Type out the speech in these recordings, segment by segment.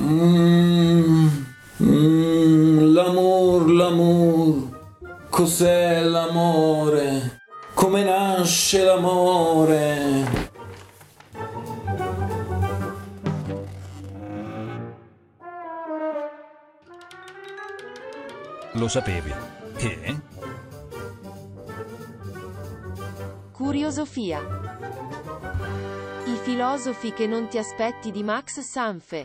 L'amor, cos'è l'amore? Come nasce l'amore? Lo sapevi? Che? Curiosofia. I filosofi che non ti aspetti di Max Sanfe.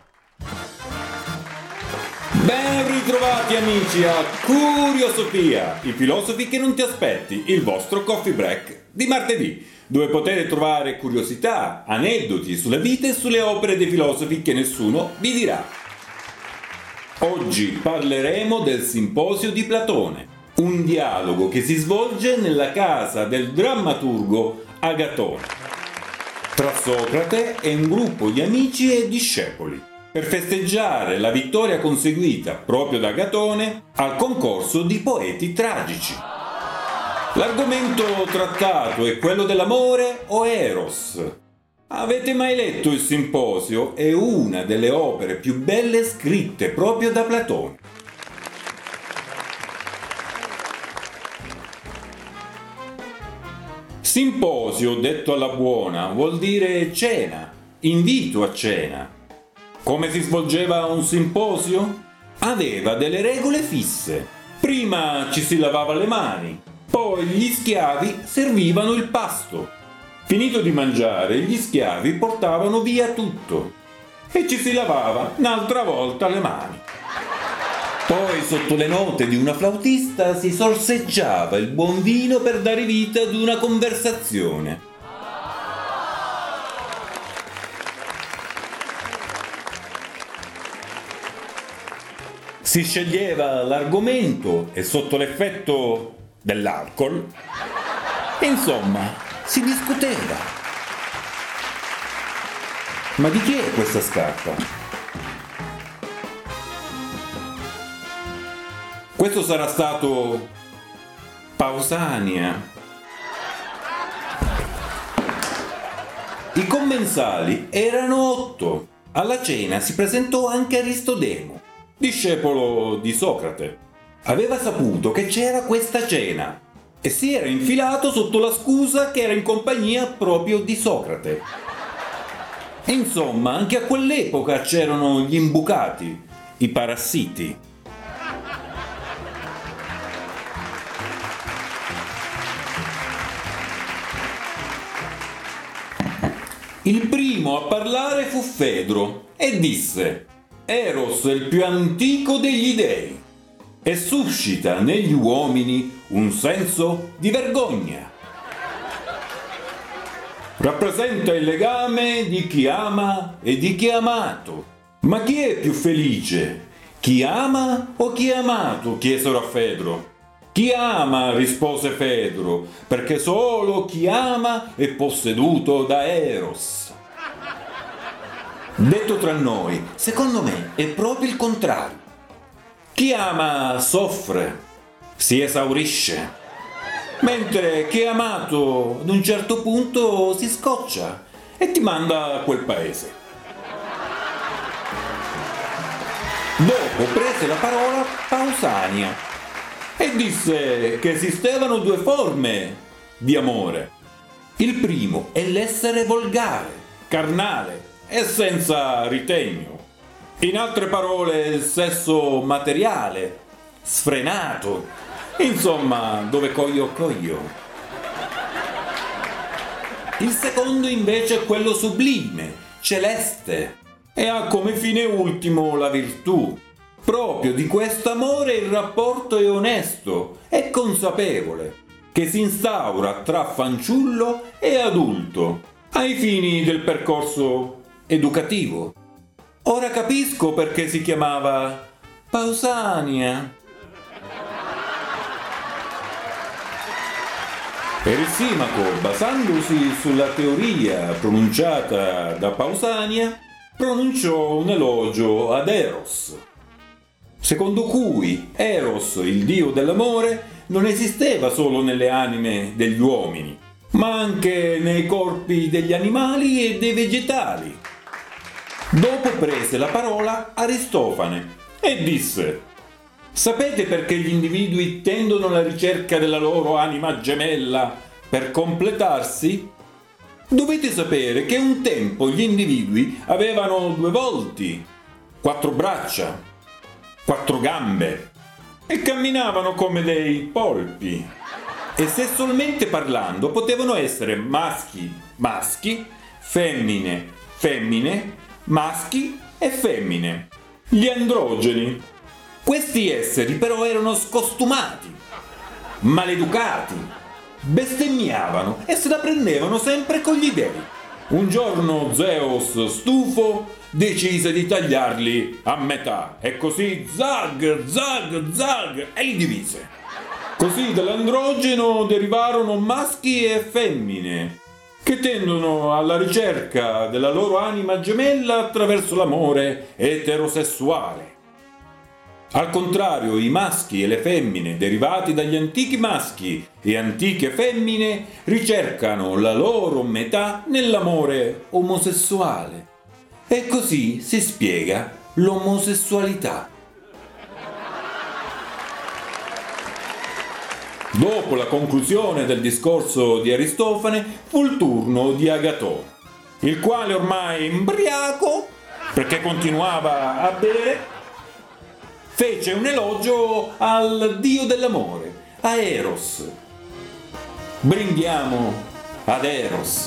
Ben ritrovati amici a Curiosofia, i filosofi che non ti aspetti, il vostro coffee break di martedì, dove potete trovare curiosità, aneddoti sulla vita e sulle opere dei filosofi che nessuno vi dirà. Oggi parleremo del Simposio di Platone, un dialogo che si svolge nella casa del drammaturgo Agatone, tra Socrate e un gruppo di amici e discepoli, per festeggiare la vittoria conseguita proprio da Agatone al concorso di poeti tragici. L'argomento trattato è quello dell'amore o Eros. Avete mai letto il Simposio? È una delle opere più belle scritte proprio da Platone. Simposio, detto alla buona, vuol dire cena, invito a cena. Come si svolgeva un simposio? Aveva delle regole fisse. Prima ci si lavava le mani, poi gli schiavi servivano il pasto. Finito di mangiare, gli schiavi portavano via tutto e ci si lavava un'altra volta le mani. Poi, sotto le note di una flautista, si sorseggiava il buon vino per dare vita ad una conversazione. Si sceglieva l'argomento e sotto l'effetto dell'alcol, insomma, si discuteva. Ma di chi è questa scarpa? Questo sarà stato Pausania. I commensali erano 8. Alla cena si presentò anche Aristodemo, discepolo di Socrate. Aveva saputo che c'era questa cena e si era infilato sotto la scusa che era in compagnia proprio di Socrate. Insomma, anche a quell'epoca c'erano gli imbucati, i parassiti. Il primo a parlare fu Fedro e disse: Eros è il più antico degli dei e suscita negli uomini un senso di vergogna. Rappresenta il legame di chi ama e di chi è amato. Ma chi è più felice? Chi ama o chi è amato? Chiesero a Fedro. Chi ama, rispose Fedro, perché solo chi ama è posseduto da Eros. Detto tra noi, secondo me è proprio il contrario. Chi ama soffre, si esaurisce, mentre chi è amato ad un certo punto si scoccia e ti manda a quel paese. Dopo prese la parola Pausania e disse che esistevano 2 forme di amore. Il primo è l'essere volgare, carnale e senza ritegno. In altre parole, il sesso materiale, sfrenato, insomma, dove coglio. Il secondo invece è quello sublime, celeste, e ha come fine ultimo la virtù. Proprio di quest'amore il rapporto è onesto e consapevole, che si instaura tra fanciullo e adulto, ai fini del percorso educativo. Ora capisco perché si chiamava Pausania. Erisimaco, basandosi sulla teoria pronunciata da Pausania, pronunciò un elogio ad Eros, secondo cui Eros, il dio dell'amore, non esisteva solo nelle anime degli uomini, ma anche nei corpi degli animali e dei vegetali. Dopo prese la parola Aristofane e disse: sapete perché gli individui tendono alla ricerca della loro anima gemella per completarsi? Dovete sapere che un tempo gli individui avevano 2 volti, 4 braccia, 4 gambe e camminavano come dei polpi. E sessualmente parlando potevano essere maschi, femmine, maschi e femmine. Gli androgeni. Questi esseri però erano scostumati, maleducati, bestemmiavano e se la prendevano sempre con gli dei. Un giorno Zeus, stufo, decise di tagliarli a metà e così zag, e li divise. Così dall'androgeno derivarono maschi e femmine che tendono alla ricerca della loro anima gemella attraverso l'amore eterosessuale. Al contrario, i maschi e le femmine derivati dagli antichi maschi e antiche femmine ricercano la loro metà nell'amore omosessuale. E così si spiega l'omosessualità. Dopo la conclusione del discorso di Aristofane fu il turno di Agatone, il quale ormai imbriaco, perché continuava a bere, fece un elogio al dio dell'amore, a Eros. Brindiamo ad Eros.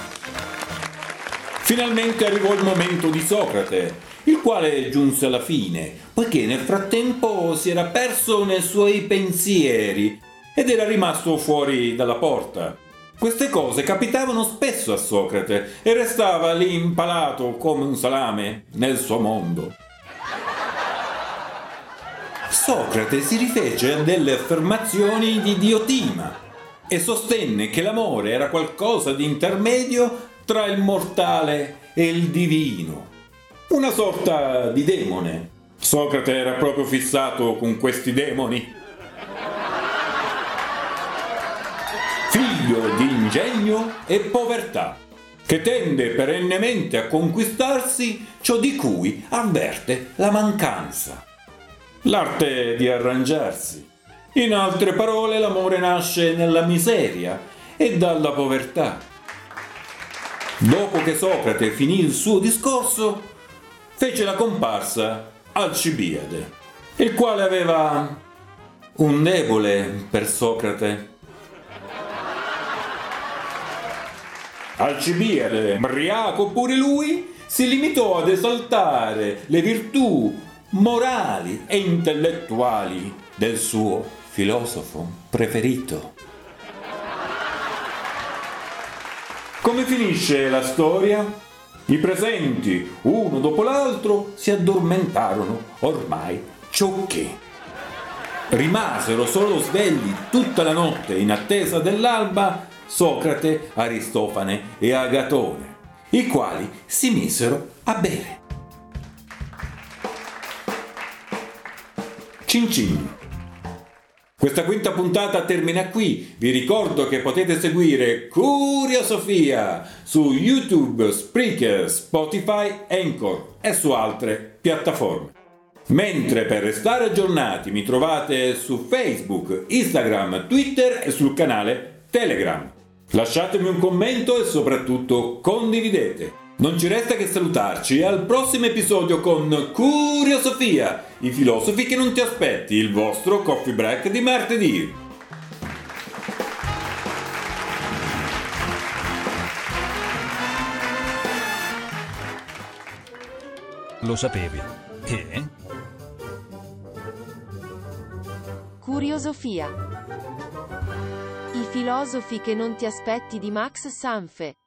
Finalmente arrivò il momento di Socrate, il quale giunse alla fine, poiché nel frattempo si era perso nei suoi pensieri ed era rimasto fuori dalla porta. Queste cose capitavano spesso a Socrate e restava lì impalato come un salame nel suo mondo. Socrate si rifece a delle affermazioni di Diotima e sostenne che l'amore era qualcosa di intermedio tra il mortale e il divino, una sorta di demone. Socrate era proprio fissato con questi demoni. Figlio di ingegno e povertà, che tende perennemente a conquistarsi ciò di cui avverte la mancanza. L'arte di arrangiarsi. In altre parole, l'amore nasce nella miseria e dalla povertà. Dopo che Socrate finì il suo discorso, fece la comparsa Alcibiade, il quale aveva un debole per Socrate. Alcibiade, ubriaco pure lui, si limitò ad esaltare le virtù morali e intellettuali del suo filosofo preferito. Come finisce la storia? I presenti, uno dopo l'altro, si addormentarono ormai ciocché. Rimasero solo svegli tutta la notte in attesa dell'alba Socrate, Aristofane e Agatone, i quali si misero a bere. Cin cin. Questa quinta puntata termina qui. Vi ricordo che potete seguire Curiosofia su YouTube, Spreaker, Spotify, Anchor e su altre piattaforme. Mentre per restare aggiornati mi trovate su Facebook, Instagram, Twitter e sul canale Telegram. Lasciatemi un commento e soprattutto condividete. Non ci resta che salutarci al prossimo episodio con Curiosofia, i filosofi che non ti aspetti, il vostro coffee break di martedì. Lo sapevi? Che? Curiosofia. I filosofi che non ti aspetti di Max Sanfe.